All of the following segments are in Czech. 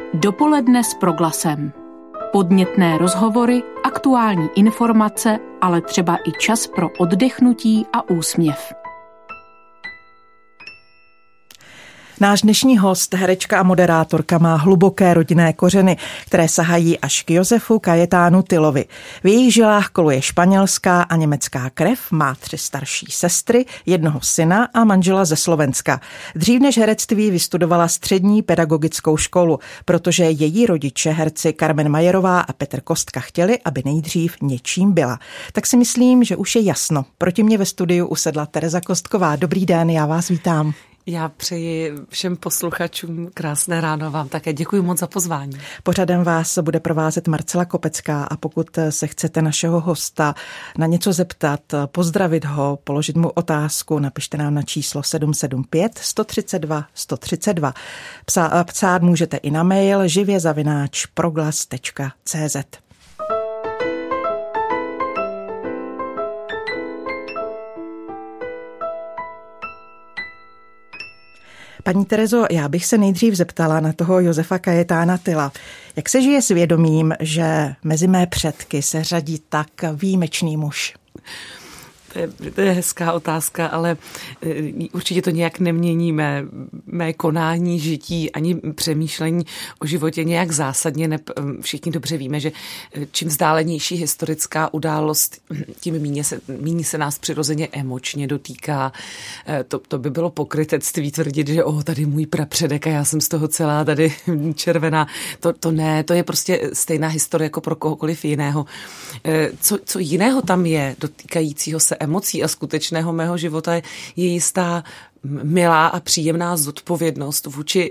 Dopoledne s Proglasem. Podnětné rozhovory, aktuální informace, ale třeba i čas pro oddechnutí a úsměv. Náš dnešní host, herečka a moderátorka, má hluboké rodinné kořeny, které sahají až k Josefu Kajetánu Tylovi. V jejich žilách koluje španělská a německá krev, má 3 starší sestry, 1 syna a manžela ze Slovenska. Dřív než herectví vystudovala střední pedagogickou školu, protože její rodiče, herci Carmen Majerová a Petr Kostka, chtěli, aby nejdřív něčím byla. Tak si myslím, že už je jasno. Proti mě ve studiu usedla Tereza Kostková. Dobrý den, já vás vítám. Já přeji všem posluchačům krásné ráno, vám také děkuji moc za pozvání. Pořadem vás bude provázet Marcela Kopecká a pokud se chcete našeho hosta na něco zeptat, pozdravit ho, položit mu otázku, napište nám na číslo 775 132 132. Psát můžete i na mail živě@proglas.cz. Paní Terezo, já bych se nejdřív zeptala na toho Josefa Kajetána Tyla. Jak se žije s vědomím, že mezi mé předky se řadí tak výjimečný muž? To je hezká otázka, ale určitě to nějak nemění mé konání, žití ani přemýšlení o životě nějak zásadně. Všichni dobře víme, že čím vzdálenější historická událost, tím míň se nás přirozeně emočně dotýká. To by bylo pokrytectví tvrdit, že tady můj prapředek a já jsem z toho celá tady červená. To ne, to je prostě stejná historie jako pro kohokoliv jiného. Co jiného tam je dotýkajícího se emocí a skutečného mého života je jistá milá a příjemná zodpovědnost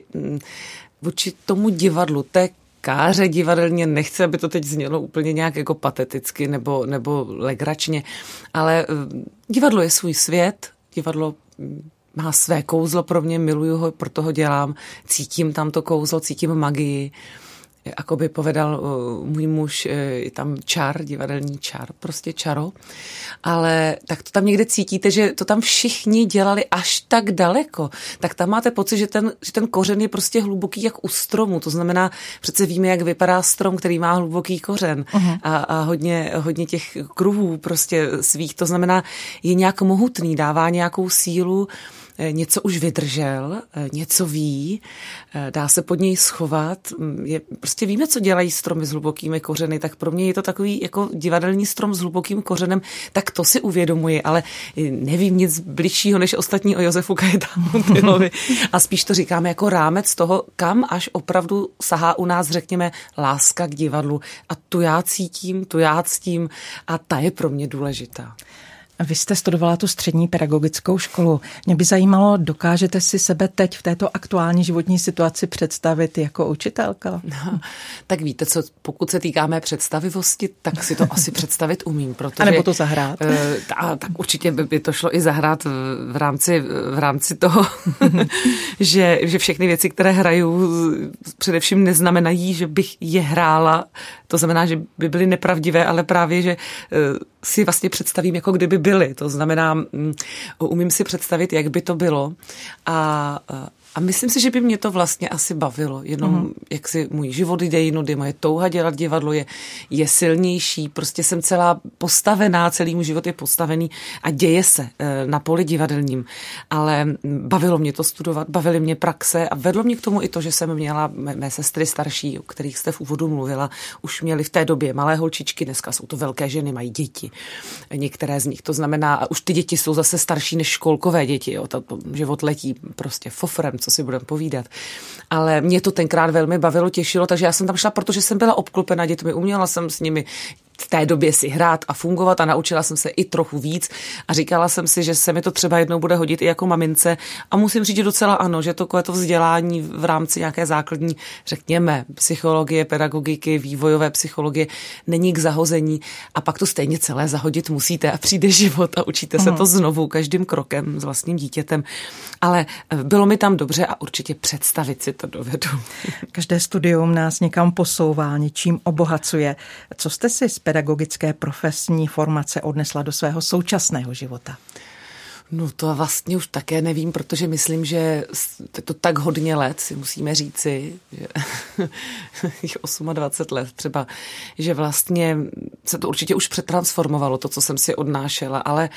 vůči tomu divadlu, té káře divadelně. Nechci, aby to teď znělo úplně nějak jako pateticky nebo legračně, ale divadlo je svůj svět, divadlo má své kouzlo pro mě, miluju ho, proto ho dělám, cítím tam to kouzlo, cítím magii. Jako by povedal můj muž, je tam čar, divadelní čar, prostě čaro. Ale tak to tam někde cítíte, že to tam všichni dělali až tak daleko. Tak tam máte pocit, že ten kořen je prostě hluboký jak u stromu. To znamená, přece víme, jak vypadá strom, který má hluboký kořen. A hodně těch kruhů prostě svých. To znamená, je nějak mohutný, dává nějakou sílu, něco už vydržel, něco ví, dá se pod něj schovat. Prostě víme, co dělají stromy s hlubokými kořeny, tak pro mě je to takový jako divadelní strom s hlubokým kořenem, tak to si uvědomuji, ale nevím nic bližšího než ostatní o Josefu Kajetánu Tylovi. A spíš to říkáme jako rámec toho, kam až opravdu sahá u nás, řekněme, láska k divadlu. A tu já cítím, tu já ctím a ta je pro mě důležitá. Vy jste studovala tu střední pedagogickou školu. Mě by zajímalo, dokážete si sebe teď v této aktuální životní situaci představit jako učitelka? No, tak víte co, pokud se týká mé představivosti, tak si to asi představit umím. Protože, a nebo to zahrát? Tak určitě by to šlo i zahrát v rámci toho, že všechny věci, které hraju, především neznamenají, že bych je hrála. To znamená, že by byly nepravdivé, ale právě, že si vlastně představím, jako kdyby byly. To znamená, umím si představit, jak by to bylo a myslím si, že by mě to vlastně asi bavilo. Jenom jak si můj život jde jinudy, moje touha dělat divadlo je silnější. Prostě jsem celá postavená, celý můj život je postavený a děje se na poli divadelním. Ale bavilo mě to studovat, bavily mě praxe a vedlo mě k tomu i to, že jsem měla mé sestry starší, o kterých jste v úvodu mluvila, už měly v té době malé holčičky, dneska jsou to velké ženy, mají děti. Některé z nich, to znamená, už ty děti jsou zase starší než školkové děti. Jo. Život letí prostě fofrem, co si budeme povídat. Ale mě to tenkrát velmi bavilo, těšilo, takže já jsem tam šla, protože jsem byla obklopena dětmi, uměla jsem s nimi v té době si hrát a fungovat a naučila jsem se i trochu víc a říkala jsem si, že se mi to třeba jednou bude hodit i jako mamince a musím říct, že docela ano, že to vzdělání v rámci nějaké základní, řekněme, psychologie, pedagogiky, vývojové psychologie není k zahození a pak to stejně celé zahodit musíte a přijde život a učíte se to znovu každým krokem s vlastním dítětem. Ale bylo mi tam dobře a určitě představit si to dovedu. Každé studium nás někam posouvá, něčím obohacuje. Co jste si z pedagogické profesní formace odnesla do svého současného života? No to vlastně už také nevím, protože myslím, že to tak hodně let si musíme říci, že 28 let třeba, že vlastně se to určitě už přetransformovalo, to, co jsem si odnášela, ale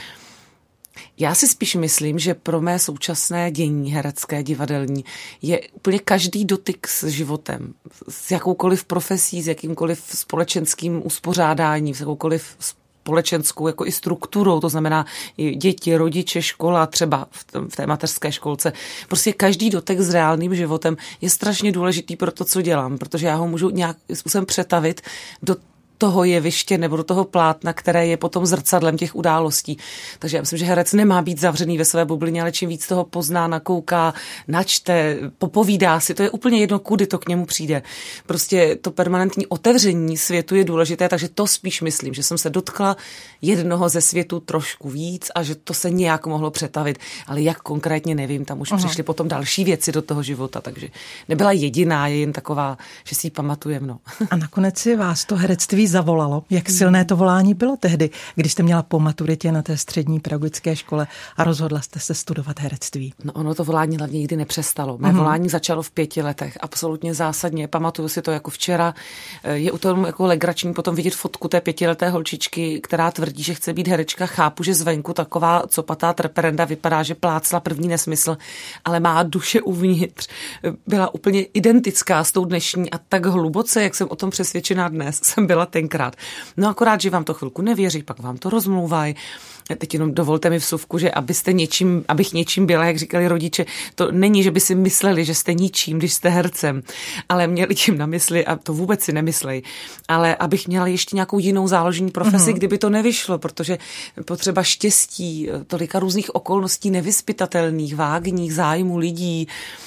já si spíš myslím, že pro mé současné dění herecké, divadelní je úplně každý dotyk s životem, s jakoukoliv profesí, s jakýmkoliv společenským uspořádáním, s jakoukoliv společenskou jako i strukturou, to znamená i děti, rodiče, škola, třeba v té mateřské školce. Prostě každý dotek s reálným životem je strašně důležitý pro to, co dělám, protože já ho můžu nějakým způsobem přetavit do toho jeviště nebo do toho plátna, které je potom zrcadlem těch událostí. Takže já myslím, že herec nemá být zavřený ve své bublině, ale čím víc toho pozná, nakouká, načte, popovídá si, to je úplně jedno, kudy to k němu přijde. Prostě to permanentní otevření světu je důležité, takže to spíš myslím, že jsem se dotkla jednoho ze světu trošku víc a že to se nějak mohlo přetavit, ale jak konkrétně nevím, tam už přišly potom další věci do toho života, takže nebyla jediná, je jen taková, že si ji pamatujeme. No. A nakonec si vás to herectví zavolalo. Jak silné to volání bylo tehdy, když jste měla po maturitě na té střední pedagogické škole a rozhodla jste se studovat herectví? No ono to volání hlavně nikdy nepřestalo. Mé volání začalo v 5 letech, absolutně zásadně. Pamatuju si to jako včera. Je u toho jako legrační potom vidět fotku té 5leté holčičky, která tvrdí, že chce být herečka. Chápu, že zvenku taková copatá trperenda vypadá, že plácla první nesmysl, ale má duše uvnitř byla úplně identická s tou dnešní a tak hluboce, jak jsem o tom přesvědčená dnes, jsem byla tenkrát. No akorát, že vám to chvilku nevěří, pak vám to rozmlouvají. Teď jenom dovolte mi vsuvku, že abych něčím byla, jak říkali rodiče, to není, že by si mysleli, že jste ničím, když jste hercem, ale měli tím na mysli, a to vůbec si nemyslej, ale abych měla ještě nějakou jinou záložní profesi, kdyby to nevyšlo, protože potřeba štěstí, tolika různých okolností nevyzpytatelných, vágních zájmů lidí,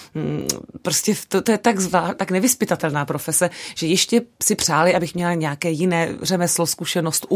prostě to je tak nevyzpytatelná profese, že ještě si přáli, abych měla nějaké jiné řemeslo, zkušenost,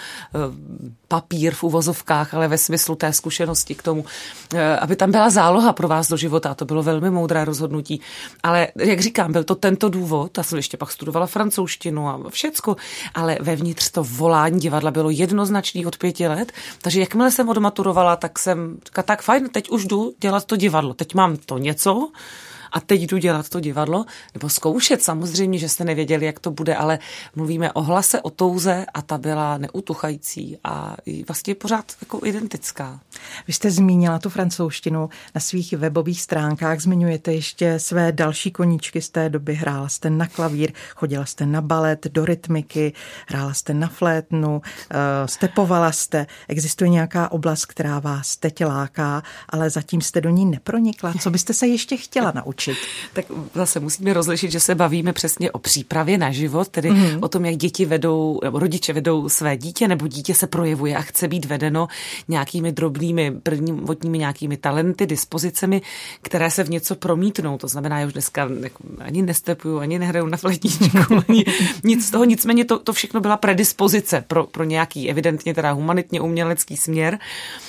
papír v uvozovkách, ale ve smyslu té zkušenosti k tomu, aby tam byla záloha pro vás do života. To bylo velmi moudré rozhodnutí. Ale jak říkám, byl to tento důvod, já jsem ještě pak studovala francouzštinu a všecko, ale vevnitř to volání divadla bylo jednoznačný od 5 let, takže jakmile jsem odmaturovala, tak jsem říkala, tak fajn, teď už jdu dělat to divadlo. Teď mám to něco, a teď jdu dělat to divadlo, nebo zkoušet samozřejmě, že jste nevěděli, jak to bude, ale mluvíme o hlase, o touze a ta byla neutuchající a vlastně pořád jako identická. Vy jste zmínila tu francouzštinu, na svých webových stránkách zmiňujete ještě své další koníčky z té doby. Hrála jste na klavír, chodila jste na balet, do rytmiky, hrála jste na flétnu, stepovala jste. Existuje nějaká oblast, která vás teď láká, ale zatím jste do ní nepronikla? Co byste se ještě chtěla naučit? Tak zase musíme rozlišit, že se bavíme přesně o přípravě na život, tedy o tom, jak děti vedou, nebo rodiče vedou své dítě, nebo dítě se projevuje a chce být vedeno nějakými drobnými, prvotními nějakými talenty, dispozicemi, které se v něco promítnou. To znamená, já už dneska ani nestepuju, ani nehraju na flétničku, ani nic z toho. Nicméně to všechno byla predispozice pro nějaký evidentně teda humanitně umělecký směr.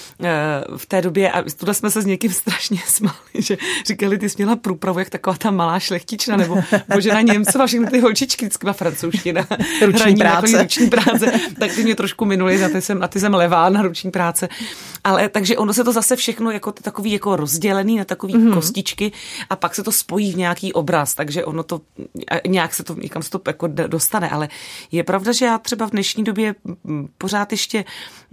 V té době, a tuhle jsme se s někým strašně smáli, že říkali, ty jsi měla průpravu jak taková ta malá šlechtična, nebo Božena Němcová, všechny ty holčičky, vždycky byla francouzština. Ruční práce. Tak ty mě trošku minuli, na ty jsem levá na ruční práce. Ale takže ono se to zase všechno jako takový jako rozdělený na takový kostičky a pak se to spojí v nějaký obraz, takže ono to nějak se to, někam se to jako dostane, ale je pravda, že já třeba v dnešní době pořád ještě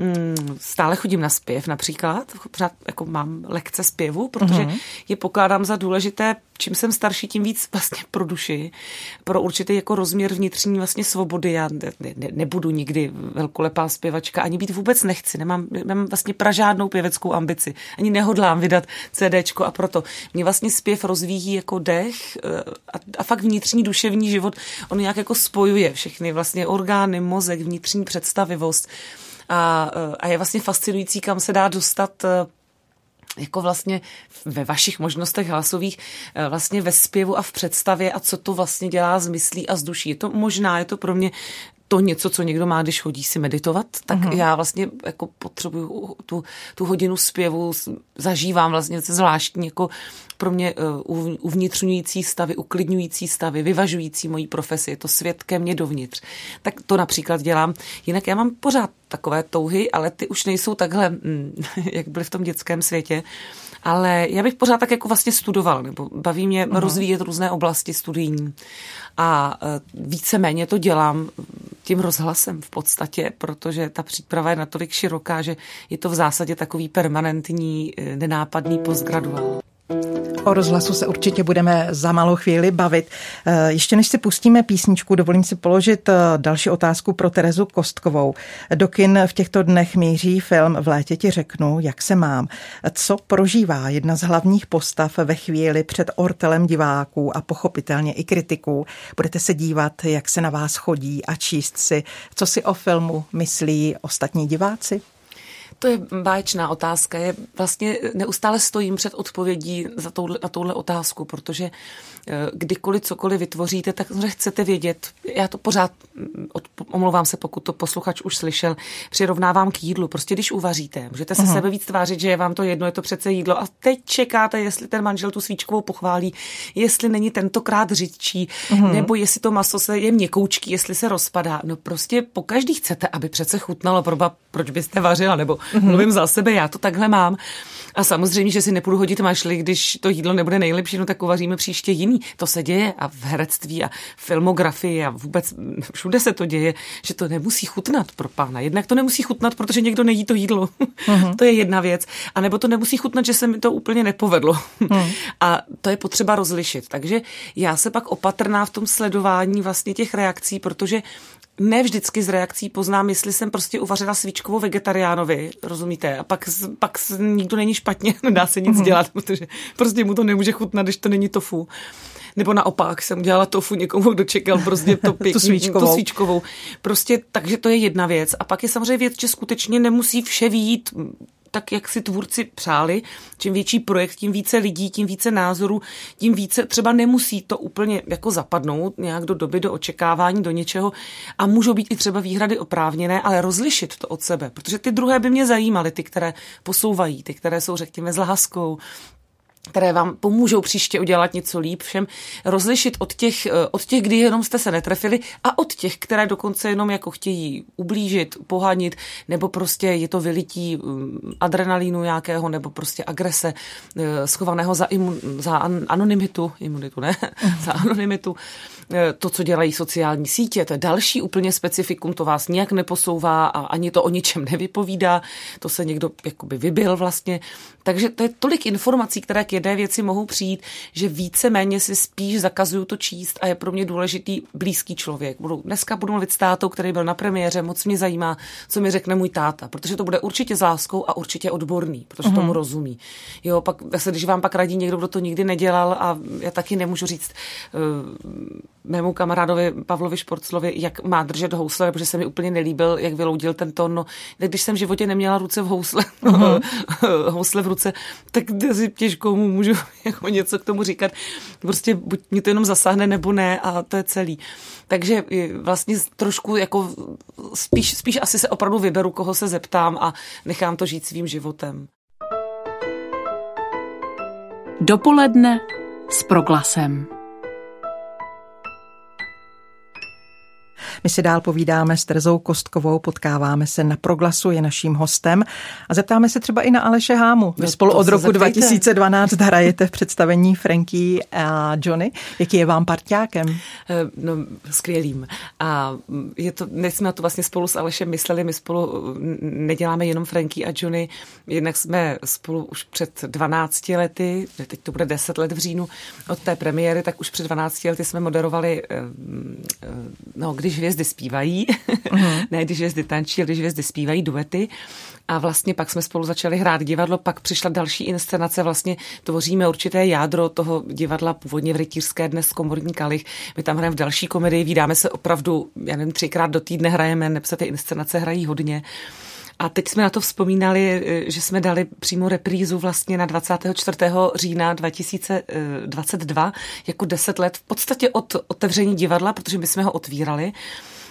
stále chodím na zpěv například, pořád jako mám lekce zpěvu, protože je pokládám za důležité, čím jsem starší, tím víc vlastně pro duši, pro určitý jako rozměr vnitřní vlastně svobody. Já nebudu nikdy velkolepá zpěvačka, ani být vůbec nechci, nemám vlastně žádnou pěveckou ambici, ani nehodlám vydat CDčko a proto mě vlastně zpěv rozvíjí jako dech a fakt vnitřní duševní život, on nějak jako spojuje všechny vlastně orgány, mozek, vnitřní představivost a je vlastně fascinující, kam se dá dostat jako vlastně ve vašich možnostech hlasových, vlastně ve zpěvu a v představě a co to vlastně dělá s myslí a s duší. Je to pro mě to něco, co někdo má, když chodí si meditovat, tak já vlastně jako potřebuju tu hodinu zpěvu, zažívám vlastně zvláštní jako pro mě uvnitřňující stavy, uklidňující stavy, vyvažující mojí profesi, je to svět ke mně dovnitř. Tak to například dělám. Jinak já mám pořád takové touhy, ale ty už nejsou takhle, jak byly v tom dětském světě. Ale já bych pořád tak jako vlastně studoval, nebo baví mě rozvíjet různé oblasti studijní. A víceméně to dělám tím rozhlasem v podstatě, protože ta příprava je natolik široká, že je to v zásadě takový permanentní, nenápadný postgraduál. O rozhlasu se určitě budeme za malou chvíli bavit. Ještě než si pustíme písničku, dovolím si položit další otázku pro Terezu Kostkovou. Do kin v těchto dnech míří film V létě ti řeknu, jak se mám. Co prožívá jedna z hlavních postav ve chvíli před ortelem diváků a pochopitelně i kritiků? Budete se dívat, jak se na vás chodí a číst si, co si o filmu myslí ostatní diváci? To je báječná otázka. Vlastně neustále stojím před odpovědí na touhle otázku, protože kdykoliv cokoliv vytvoříte, tak chcete vědět. Já to pořád, omlouvám se, pokud to posluchač už slyšel, přirovnávám k jídlu. Prostě když uvaříte, můžete se sebe víc tvářit, že je vám to jedno, je to přece jídlo a teď čekáte, jestli ten manžel tu svíčkovou pochválí, jestli není tentokrát řidčí, nebo jestli to maso se je měkoučký, jestli se rozpadá. No prostě pokaždý chcete, aby přece chutnalo, proč byste vařila, nebo mluvím za sebe, já to takhle mám. A samozřejmě, že si nepůjdu hodit mašli, když to jídlo nebude nejlepší, no tak uvaříme příště jiný. To se děje a v herectví a filmografii a vůbec všude se to děje, že to nemusí chutnat pro pána. Jednak to nemusí chutnat, protože někdo nejí to jídlo. To je jedna věc. A nebo to nemusí chutnat, že se mi to úplně nepovedlo. A to je potřeba rozlišit. Takže já se pak opatrná v tom sledování vlastně těch reakcí, protože ne vždycky z reakcí poznám, jestli jsem prostě uvařila svíčkovou vegetariánovi, rozumíte? A pak nikdo není špatně, nedá se nic dělat, protože prostě mu to nemůže chutnat, když to není tofu. Nebo naopak jsem udělala tofu někomu, kdo čekal prostě to pěkný, tu svíčkovou. Prostě, takže to je jedna věc. A pak je samozřejmě věc, že skutečně nemusí vše vyjít tak, jak si tvůrci přáli. Čím větší projekt, tím více lidí, tím více názorů, tím více třeba nemusí to úplně jako zapadnout nějak do doby, do očekávání, do něčeho a můžou být i třeba výhrady oprávněné, ale rozlišit to od sebe, protože ty druhé by mě zajímaly, ty, které posouvají, ty, které jsou, řekněme, s lhaskou, které vám pomůžou příště udělat něco líp, všem rozlišit od těch, kdy jenom jste se netrefili a od těch, které dokonce jenom jako chtějí ublížit, pohanit, nebo prostě je to vylití adrenalínu nějakého, nebo prostě agrese schovaného za anonymitu, za anonymitu. To, co dělají sociální sítě, to je další úplně specifikum, to vás nijak neposouvá a ani to o ničem nevypovídá, to se někdo jakoby vybil vlastně. Takže to je tolik informací, které k jedné věci mohou přijít, že víceméně si spíš zakazuju to číst a je pro mě důležitý blízký člověk. Dneska budu mluvit s tátou, který byl na premiéře, moc mě zajímá, co mi řekne můj táta, protože to bude určitě s láskou a určitě odborný, protože tomu rozumí. Jo, pak, když vám pak radí někdo, kdo to nikdy nedělal a já taky nemůžu říct mému kamarádovi Pavlovi Šporclovi, jak má držet housle, protože se mi úplně nelíbil, jak vyloudil ten tón. No, když jsem v životě neměla ruce v housle, housle v ruce, tak si těžko mu můžu jako něco k tomu říkat. Prostě buď mě to jenom zasáhne, nebo ne a to je celý. Takže vlastně trošku jako spíš asi se opravdu vyberu, koho se zeptám a nechám to žít svým životem. Dopoledne s Proglasem. My si dál povídáme s Terezou Kostkovou, potkáváme se na Proglasu, je naším hostem a zeptáme se třeba i na Aleše Hámu. Vy spolu od roku 2012 hrajete v představení Frankie a Johnny. Jaký je vám parťákem? No, skvělým. A nejsme na to vlastně spolu s Alešem mysleli, my spolu neděláme jenom Frankie a Johnny, jednak jsme spolu už před 12 lety, teď to bude 10 let v říjnu od té premiéry, tak už před 12 lety jsme moderovali Když hvězdy zpívají, ne když hvězdy tančí, ale když hvězdy zpívají duety. A vlastně pak jsme spolu začali hrát divadlo, pak přišla další inscenace, vlastně tvoříme určité jádro toho divadla, původně v Rytířské, dnes Komorní kalich. My tam hrajeme v další komedii, vídáme se opravdu, 3krát do týdne hrajeme, nebo se ty inscenace hrají hodně. A teď jsme na to vzpomínali, že jsme dali přímo reprízu vlastně na 24. října 2022, jako 10 let v podstatě od otevření divadla, protože my jsme ho otvírali.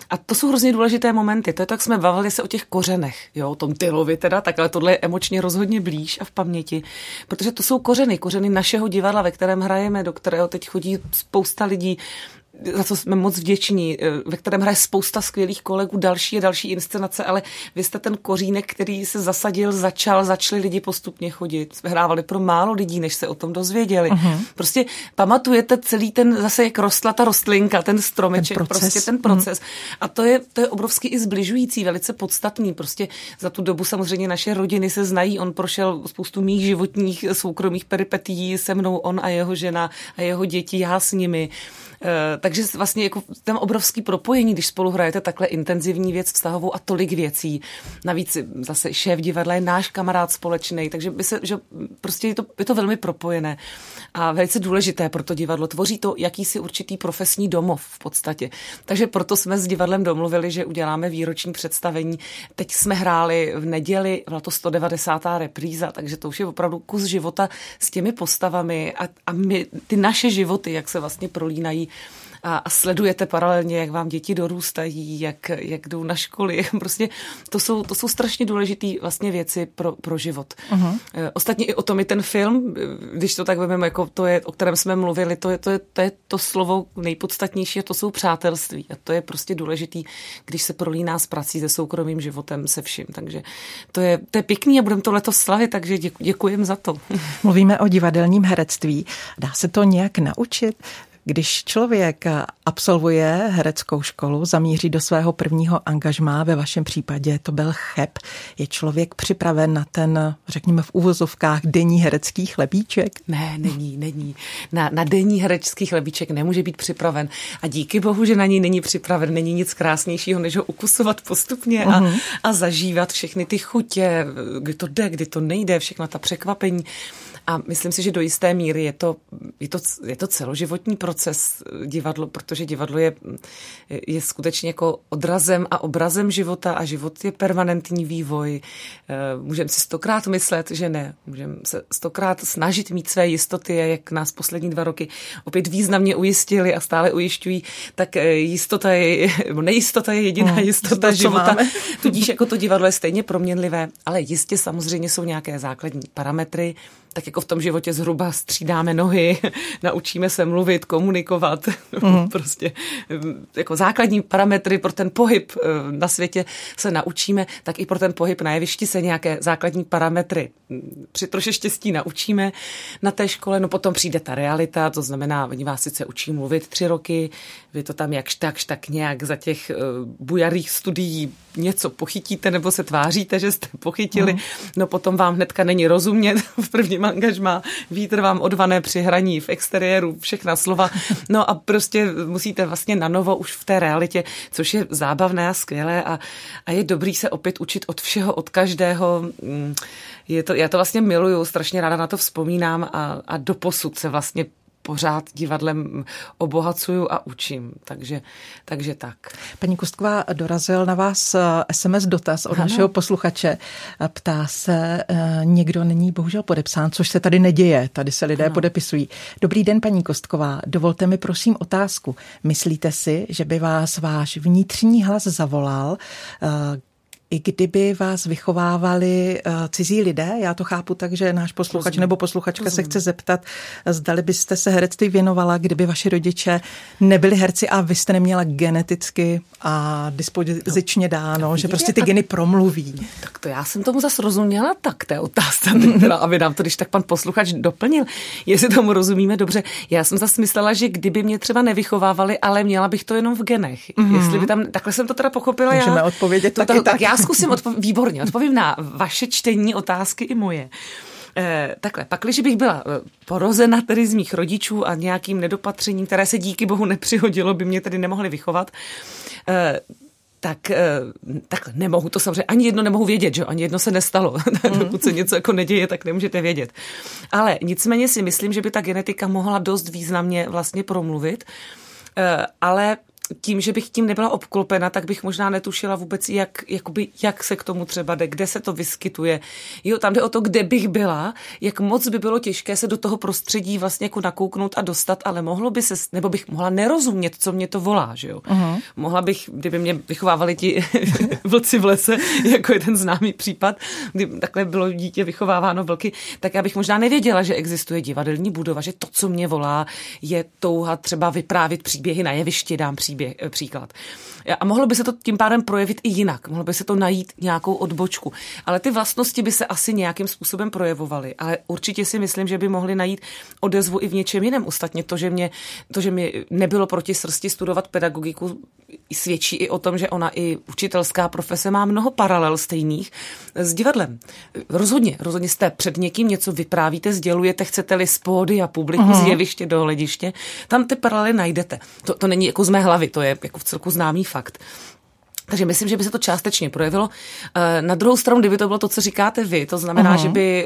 A to jsou hrozně důležité momenty. To je tak, jsme bavili se o těch kořenech, jo, o tom Tylovi teda, tak ale tohle je emočně rozhodně blíž a v paměti, protože to jsou kořeny našeho divadla, ve kterém hrajeme, do kterého teď chodí spousta lidí, za co jsme moc vděční, ve kterém hraje spousta skvělých kolegů, další a další inscenace, ale vy jste ten kořínek, který se zasadil, začali lidi postupně chodit. Jsme hrávali pro málo lidí, než se o tom dozvěděli. Prostě pamatujete celý ten, zase jak rostla ta rostlinka, ten stromeček, prostě ten proces. A to je obrovsky i zbližující, velice podstatný. Prostě za tu dobu samozřejmě naše rodiny se znají, on prošel spoustu mých životních soukromých peripetií se mnou, on a jeho žena a jeho děti, já s nimi. Takže vlastně jako tam obrovský propojení, když spolu hrajete takhle intenzivní věc vztahovou a tolik věcí. Navíc zase šéf divadla je náš kamarád společný, takže prostě je to velmi propojené a velice důležité pro to divadlo. Tvoří to jakýsi určitý profesní domov v podstatě. Takže proto jsme s divadlem domluvili, že uděláme výroční představení. Teď jsme hráli v neděli, byla to 190. repríza, takže to už je opravdu kus života s těmi postavami a my, ty naše životy, jak se vlastně prolínají a sledujete paralelně, jak vám děti dorůstají, jak jdou na školy. Prostě to jsou strašně důležité vlastně věci pro život. Ostatně i o tom je ten film, když to tak vezmeme, jako to je, o kterém jsme mluvili, to je to slovo nejpodstatnější, a to jsou přátelství. A to je prostě důležitý, když se prolíná s prací, se soukromým životem, se vším. Takže to je pěkný a budeme to letos slavit, takže děkujem za to. Mluvíme o divadelním herectví. Dá se to nějak naučit? Když člověk absolvuje hereckou školu, zamíří do svého prvního angažmá, ve vašem případě to byl Cheb, je člověk připraven na ten, řekněme v uvozovkách, denní herecký chlebíček? Ne, není. Na denní herecký chlebíček nemůže být připraven. A díky bohu, že na něj není připraven, není nic krásnějšího, než ho ukusovat postupně a zažívat všechny ty chutě, kdy to jde, kdy to nejde, všechna ta překvapení. A myslím si, že do jisté míry je to celoživotní proces divadlo, protože divadlo je skutečně jako odrazem a obrazem života a život je permanentní vývoj. Můžeme si 100krát myslet, že ne. Můžeme se 100krát snažit mít své jistoty, jak nás poslední 2 roky opět významně ujistili a stále ujišťují, tak nejistota je jediná jistota života. Tudíž jako to divadlo je stejně proměnlivé, ale jistě samozřejmě jsou nějaké základní parametry, tak jako v tom životě zhruba střídáme nohy, naučíme se mluvit, komunikovat, prostě jako základní parametry pro ten pohyb na světě se naučíme, tak i pro ten pohyb na jevišti se nějaké základní parametry při troše štěstí naučíme na té škole, no potom přijde ta realita, to znamená, oni vás sice učí mluvit 3 roky, vy to tam jakž tak nějak za těch bujarých studií něco pochytíte nebo se tváříte, že jste pochytili, no potom vám hnedka není rozumět v prvním angažmá, vítr vám odvané při hraní v exteriéru, všechna slova, no a prostě musíte vlastně na novo už v té realitě, což je zábavné a skvělé a je dobrý se opět učit od všeho, od každého. Já to vlastně miluju, strašně ráda na to vzpomínám a doposud se vlastně pořád divadlem obohacuju a učím. Takže tak. Paní Kostková, dorazil na vás SMS dotaz od našeho posluchače. Ptá se, někdo není bohužel podepsán, což se tady neděje. Tady se lidé podepisují. Dobrý den, paní Kostková. Dovolte mi prosím otázku. Myslíte si, že by vás váš vnitřní hlas zavolal, i kdyby vás vychovávali cizí lidé? Já to chápu tak, že náš posluchač nebo posluchačka se chce zeptat, zdali byste se herectví věnovala, kdyby vaši rodiče nebyli herci a vy jste neměla geneticky a dispozičně dáno, že prostě ty geny promluví. Tak to já jsem tomu zase rozuměla tak, té otázce, aby nám to, když tak pan posluchač doplnil, jestli tomu rozumíme dobře. Já jsem zase myslela, že kdyby mě třeba nevychovávali, ale měla bych to jenom v genech. Jestli by tam, takhle jsem to teda pochopila. Můžeme odpovědět taky tak. Já zkusím výborně, odpovím na vaše čtení otázky i moje. Takhle, pakliže bych byla porozena tedy z mých rodičů a nějakým nedopatřením, které se díky bohu nepřihodilo, by mě tedy nemohli vychovat, tak nemohu to samozřejmě, ani jedno nemohu vědět, že ani jedno se nestalo. Dokud se něco jako neděje, tak nemůžete vědět. Ale nicméně si myslím, že by ta genetika mohla dost významně vlastně promluvit, ale tím, že bych tím nebyla obklopena, tak bych možná netušila vůbec, jak se k tomu třeba jde, kde se to vyskytuje. Jo, tam jde o to, kde bych byla, jak moc by bylo těžké se do toho prostředí vlastně jako nakouknout a dostat, ale mohlo by se, nebo bych mohla nerozumět, co mě to volá, že jo. Uh-huh. Mohla bych, kdyby mě vychovávali ti vlci v lese, jako je ten známý případ, kdy takhle bylo dítě vychováváno vlky, tak já bych možná nevěděla, že existuje divadelní budova, že to, co mě volá, je touha třeba vyprávět příběhy na jevišti, dám příklad. A mohlo by se to tím pádem projevit i jinak. Mohlo by se to najít nějakou odbočku. Ale ty vlastnosti by se asi nějakým způsobem projevovaly. Ale určitě si myslím, že by mohly najít odezvu i v něčem jiném. Ostatně to, že mi nebylo proti srsti studovat pedagogiku, svědčí i o tom, že ona i učitelská profese má mnoho paralel stejných s divadlem. Rozhodně jste před někým něco vyprávíte, sdělujete, chcete-li z pódia publiku, z jeviště do hlediště, tam ty paralely najdete. To není jako z mé hlavy, to je jako v celku známý fakt. Takže myslím, že by se to částečně projevilo. Na druhou stranu, kdyby to bylo to, co říkáte vy, to znamená,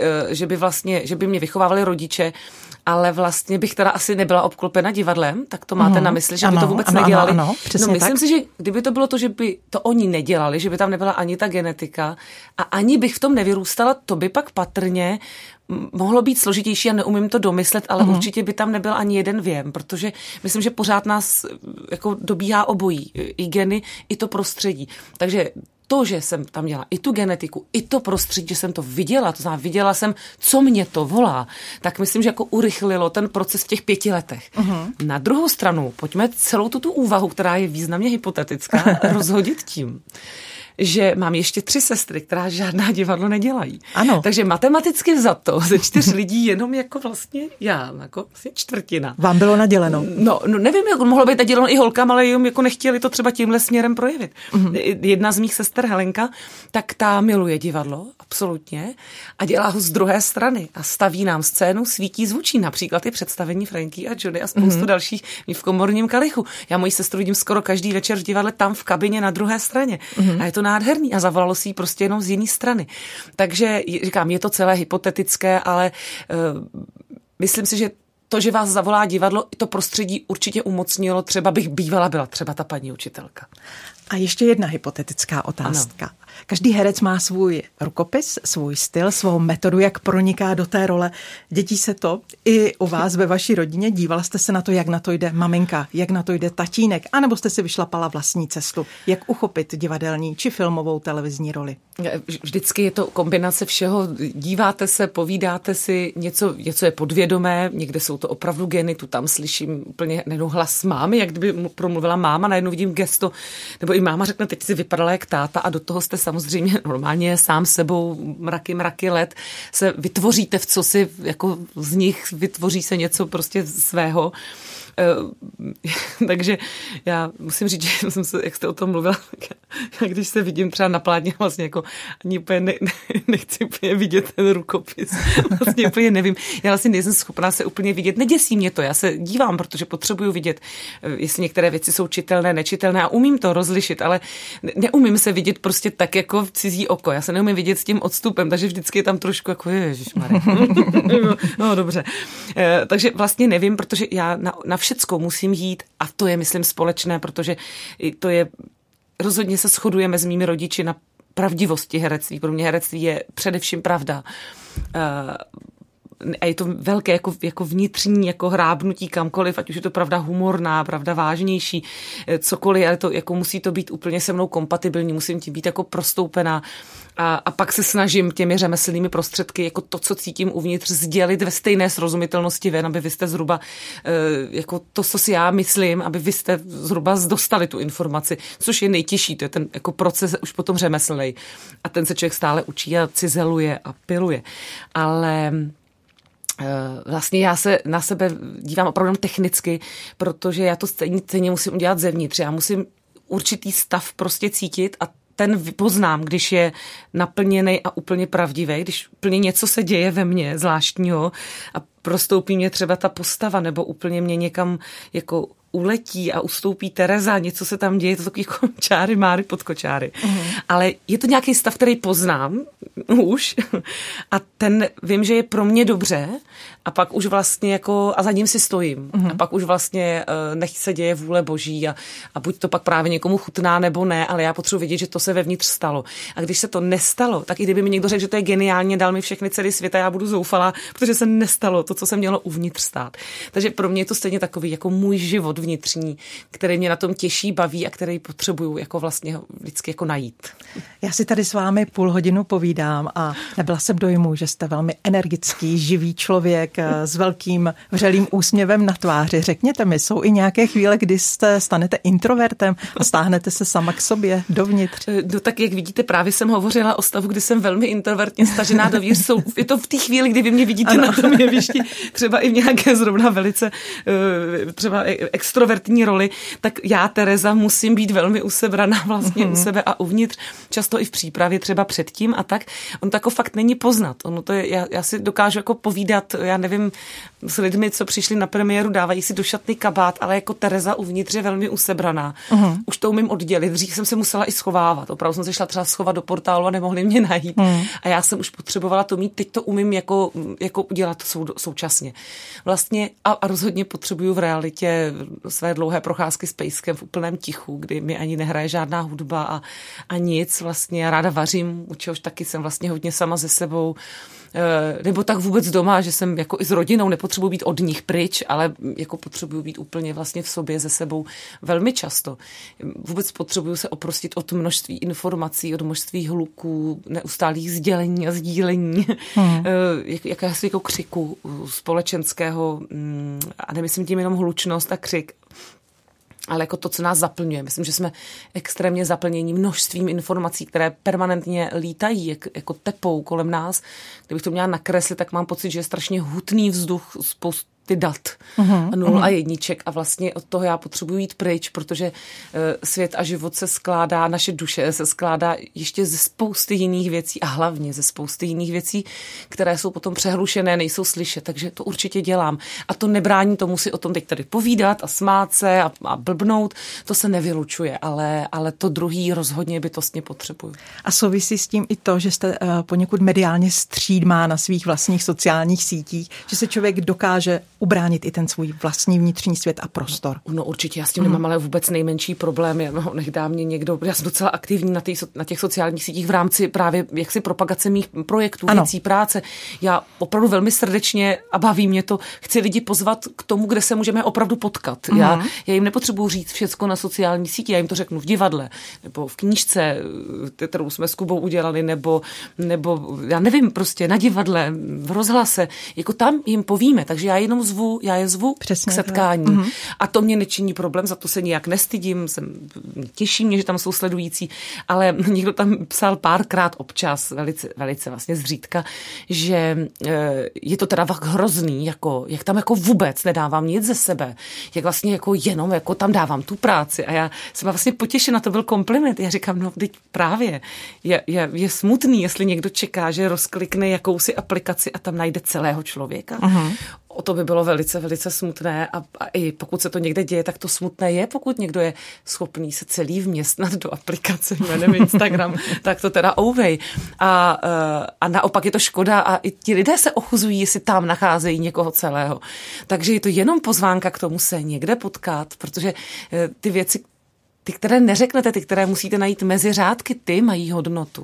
že by mě vychovávali rodiče, ale vlastně bych teda asi nebyla obklopena divadlem, tak to máte na mysli, že by to vůbec nedělali. Ano, myslím si, že kdyby to bylo to, že by to oni nedělali, že by tam nebyla ani ta genetika a ani bych v tom nevyrůstala, to by pak patrně mohlo být složitější a neumím to domyslet, ale určitě by tam nebyl ani jeden věm, protože myslím, že pořád nás jako dobíhá obojí, i geny, i to prostředí. Takže to, že jsem tam měla i tu genetiku, i to prostředí, že jsem to viděla, to znamená, viděla jsem, co mě to volá, tak myslím, že jako urychlilo ten proces v těch 5 letech. Na druhou stranu, pojďme celou tu úvahu, která je významně hypotetická, rozhodit tím, že mám ještě 3 sestry, která žádná divadlo nedělají. Ano. Takže matematicky vzato ze 4 lidí jenom jako vlastně já, jako vlastně čtvrtina. Vám bylo naděleno? No nevím, jak mohlo být naděleno i holkám, ale jim jako nechtěli to třeba tímhle směrem projevit. Jedna z mých sester, Helenka, tak ta miluje divadlo, absolutně, a dělá ho z druhé strany a staví nám scénu, svítí, zvučí, například i představení Franky a Johnny a spoustu dalších v Komorním kalichu. Já moji sestru vidím skoro každý večer v divadle tam v kabině na druhé straně. A je to nádherný a zavolalo si ji prostě jenom z jiné strany. Takže říkám, je to celé hypotetické, ale myslím si, že to, že vás zavolá divadlo, to prostředí určitě umocnilo, třeba bych bývala byla třeba ta paní učitelka. A ještě jedna hypotetická otázka. Ano. Každý herec má svůj rukopis, svůj styl, svou metodu, jak proniká do té role. Dětí se to i u vás ve vaší rodině? Dívala jste se na to, jak na to jde maminka, jak na to jde tatínek, anebo jste si vyšlapala vlastní cestu? Jak uchopit divadelní či filmovou televizní roli? Vždycky je to kombinace všeho. Díváte se, povídáte si, něco je podvědomé, někde jsou to opravdu geny, tu tam slyším úplně najednou hlas mámy, jak kdyby promluvila máma, najednou vidím gesto, nebo i máma řekne, teď si vypadala jak táta a do toho jste samozřejmě normálně sám sebou mraky let se vytvoříte v cosi, jako z nich vytvoří se něco prostě svého. Takže já musím říct, že jak jste o tom mluvila, když se vidím třeba na plátně, vlastně jako ani úplně nechci úplně vidět ten rukopis. Vlastně úplně nevím. Já vlastně nejsem schopná se úplně vidět. Neděsí mě to. Já se dívám, protože potřebuju vidět, jestli některé věci jsou čitelné, nečitelné a umím to rozlišit, ale neumím se vidět prostě tak jako v cizí oko. Já se neumím vidět s tím odstupem, takže vždycky je tam trošku jako ježišmarja. No dobře. Takže vlastně nevím, protože já na všecko musím jít a to je, myslím, společné, protože to je, rozhodně se shodujeme s mými rodiči na pravdivosti herectví. Pro mě herectví je především pravda. A je to velké jako vnitřní jako hrábnutí kamkoliv, ať už je to pravda humorná, pravda vážnější, cokoliv, ale to jako musí to být úplně se mnou kompatibilní, musím tím být jako prostoupená a pak se snažím těmi řemeslnými prostředky jako to, co cítím uvnitř, sdělit ve stejné srozumitelnosti ven, aby vy jste zhruba jako to, co si já myslím, aby vy jste zhruba dostali tu informaci, což je nejtěžší, to je ten jako proces už potom řemeslnej a ten se člověk stále učí a cizeluje a piluje, ale vlastně já se na sebe dívám opravdu technicky, protože já to stejně musím udělat zevnitř. Já musím určitý stav prostě cítit a ten poznám, když je naplněný a úplně pravdivý, když úplně něco se děje ve mně zvláštního a prostoupí mě třeba ta postava nebo úplně mě někam jako uletí a ustoupí Tereza, něco se tam děje, to takový jako čáry máry pod kočáry. Ale je to nějaký stav, který poznám už a ten vím, že je pro mě dobře a pak už vlastně jako, a za ním si stojím. A pak už vlastně nech se děje vůle boží a buď to pak právě někomu chutná nebo ne, ale já potřebuji vědět, že to se vevnitř stalo. A když se to nestalo, tak i kdyby mi někdo řekl, že to je geniálně, dal mi všechny celý svět a já budu zoufalá, protože se nestalo to, co se mělo uvnitř stát. Takže pro mě je to stejně takový jako můj život vnitřní, který mě na tom těší, baví a který potřebuju jako vlastně vždycky jako najít. Já si tady s vámi půl hodinu povídám a nebyla jsem dojmu, že jste velmi energický, živý člověk s velkým vřelým úsměvem na tváři. Řekněte mi, jsou i nějaké chvíle, kdy stanete introvertem a stáhnete se sama k sobě dovnitř? No tak jak vidíte, právě jsem hovořila o stavu, kdy jsem velmi introvertně stažená dovnitř. Je to v té chvíli, kdy vy mě vidíte na tom jevišti, třeba i v nějaké zrovna velice třeba extrovertní roli, tak já, Tereza, musím být velmi usebraná vlastně u sebe a uvnitř, často i v přípravě třeba předtím a tak. On to jako fakt není poznat. Ono to je, já si dokážu jako povídat, já nevím, s lidmi, co přišli na premiéru, dávají si do šatny kabát, ale jako Tereza uvnitř je velmi usebraná. Už to umím oddělit. Dřív jsem se musela i schovávat. Opravdu jsem se šla třeba schovat do portálu a nemohli mě najít. A já jsem už potřebovala to mít, teď to umím jako udělat současně. Vlastně a rozhodně potřebuju v realitě své dlouhé procházky s pejskem v úplném tichu, kdy mi ani nehraje žádná hudba a nic vlastně. Já ráda vařím, u čehož taky jsem vlastně hodně sama se sebou. Nebo tak vůbec doma, že jsem jako i s rodinou, nepotřebuji být od nich pryč, ale jako potřebuji být úplně vlastně v sobě, se sebou velmi často. Vůbec potřebuji se oprostit od množství informací, od množství hluků, neustálých sdělení a sdílení, jakési jako křiku společenského, a nemyslím tím jenom hlučnost a křik, ale jako to, co nás zaplňuje. Myslím, že jsme extrémně zaplnění množstvím informací, které permanentně lítají, jako tepou kolem nás. Kdybych to měla nakreslit, tak mám pocit, že je strašně hutný vzduch, spousty dat, 0 a jedniček a vlastně od toho já potřebuji jít pryč, protože svět a život se skládá, naše duše se skládá ještě ze spousty jiných věcí a hlavně ze spousty jiných věcí, které jsou potom přehlušené, nejsou slyšet, takže to určitě dělám. A to nebrání tomu si o tom teď tady povídat a smát se a blbnout, to se nevylučuje, ale to druhý rozhodně bytostně potřebuju. A souvisí s tím i to, že jste poněkud mediálně střídmá na svých vlastních sociálních sítích, že se člověk dokáže ubránit i ten svůj vlastní vnitřní svět a prostor. No určitě, já s tím nemám ale vůbec nejmenší problém. Nech mě někdo, já jsem docela aktivní na těch sociálních sítích v rámci právě jaksi propagace mých projektů, věcí, práce. Já opravdu velmi srdečně a baví mě to, chci lidi pozvat k tomu, kde se můžeme opravdu potkat. Já jim nepotřebuji říct všecko na sociální síti, já jim to řeknu v divadle, nebo v knížce, kterou jsme s Kubou udělali, nebo já nevím, prostě na divadle, v rozhlase, jako tam jim povíme, takže já je zvu přesně k setkání. A to mě nečiní problém, za to se nijak nestydím, těší mě, že tam jsou sledující, ale někdo tam psal párkrát občas, velice vlastně zřídka, že je to teda hrozný, jak tam jako vůbec nedávám nic ze sebe, jak vlastně jako jenom jako tam dávám tu práci a já jsem vlastně potěšena, to byl kompliment. Já říkám, no teď právě je smutný, jestli někdo čeká, že rozklikne jakousi aplikaci a tam najde celého člověka. O to by bylo velice, velice smutné a i pokud se to někde děje, tak to smutné je, pokud někdo je schopný se celý vměstnat do aplikace jménem Instagram, tak to teda ouvej. A naopak je to škoda a i ti lidé se ochuzují, jestli tam nacházejí někoho celého. Takže je to jenom pozvánka k tomu se někde potkat, protože ty věci, ty, které neřeknete, ty, které musíte najít mezi řádky, ty mají hodnotu.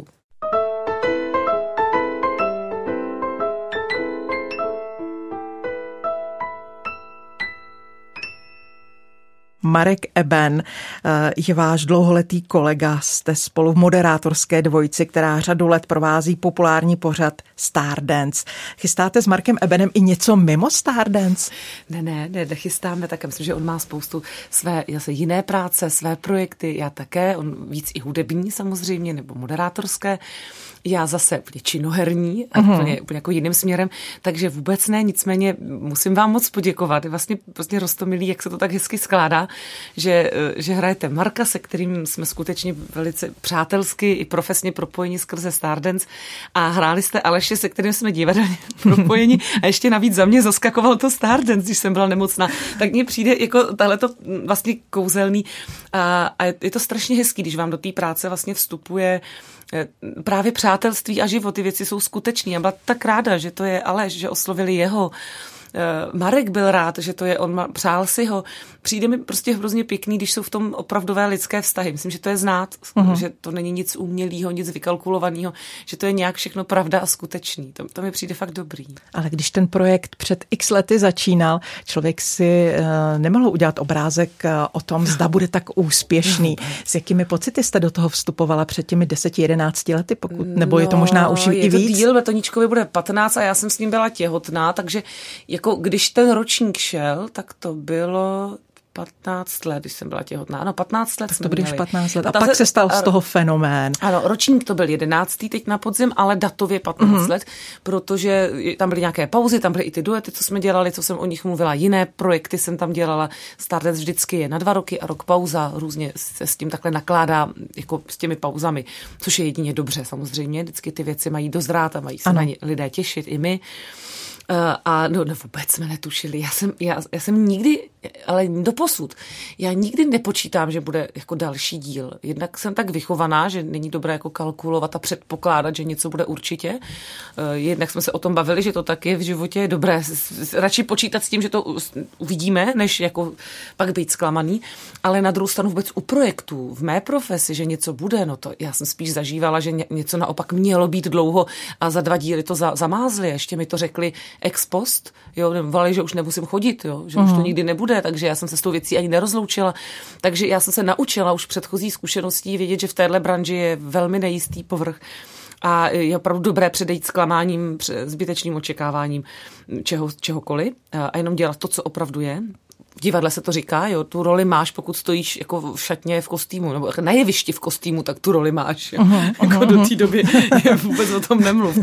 Marek Eben je váš dlouholetý kolega, jste spolu v moderátorské dvojici, která řadu let provází populární pořad Stardance. Chystáte s Markem Ebenem i něco mimo Stardance? Nechystáme, tak myslím, že on má spoustu své jiné práce, své projekty, já také, on víc i hudební samozřejmě, nebo moderátorské. Já zase úplně činoherní, úplně jako jiným směrem, takže vůbec ne, nicméně musím vám moc poděkovat. Je vlastně Roztomilý, jak se to tak hezky skládá, že hrajete Marka, se kterým jsme skutečně velice přátelsky i profesně propojeni skrze Stardance a hráli jste Aleše, se kterým jsme divadelně propojeni a ještě navíc za mě zaskakoval to Stardance, když jsem byla nemocná. Tak mně přijde jako tahleto vlastně kouzelný a je to strašně hezký, když vám do té práce vlastně vstupuje právě přátelství a život. Ty věci jsou skutečný. Já byla tak ráda, že to je Aleš, že oslovili jeho. Marek byl rád, že to je on, přál si ho. Přijde mi prostě hrozně pěkný, když jsou v tom opravdové lidské vztahy. Myslím, že to je znát, že to není nic umělého, nic vykalkulovaného, že to je nějak všechno pravda a skutečný. To mi přijde fakt dobrý. Ale když ten projekt před x lety začínal, člověk si nemohl udělat obrázek o tom, zda bude tak úspěšný. S jakými pocity jste do toho vstupovala před těmi 10-11 lety, nebo je to možná už i víc? Je to díl, Betoníčkovi bude 15 a já jsem s ním byla těhotná, takže jako když ten ročník šel, tak to bylo 15 let, když jsem byla těhotná. Ano, 15 let. Tak to bylo už 15 let. A pak se stal z toho fenomén. Ano, ročník to byl 11. teď na podzim, ale datově 15 let, protože tam byly nějaké pauzy, tam byly i ty duety, co jsme dělali, co jsem o nich mluvila, jiné projekty jsem tam dělala. Stardance vždycky je na 2 roky a rok pauza, různě se s tím takhle nakládá, jako s těmi pauzami, což je jedině dobře samozřejmě. Vždycky ty věci mají dozrát a mají se na ně lidé těšit, i my. A no vůbec jsme netušili. Já jsem nikdy, ale doposud, já nikdy nepočítám, že bude jako další díl. Jednak jsem tak vychovaná, že není dobré jako kalkulovat a předpokládat, že něco bude určitě. Jednak jsme se o tom bavili, že to tak je v životě, je dobré radši počítat s tím, že to uvidíme, než jako pak být zklamaný. Ale na druhou stranu vůbec u projektů, v mé profesi, že něco bude, no to já jsem spíš zažívala, že něco naopak mělo být dlouho a za 2 díly to zamázli. Ještě mi to řekli ex post, jo, volali, že už nemusím chodit, jo, že už to nikdy nebude, takže já jsem se s tou věcí ani nerozloučila. Takže já jsem se naučila už předchozí zkušeností vědět, že v téhle branži je velmi nejistý povrch a je opravdu dobré předejít zklamáním, zbytečným očekáváním čehokoliv a jenom dělat to, co opravdu je. V divadle se to říká, jo, tu roli máš, pokud stojíš jako v šatně v kostýmu, nebo na jevišti v kostýmu, tak tu roli máš. Jo. Jako do té doby vůbec o tom nemluv,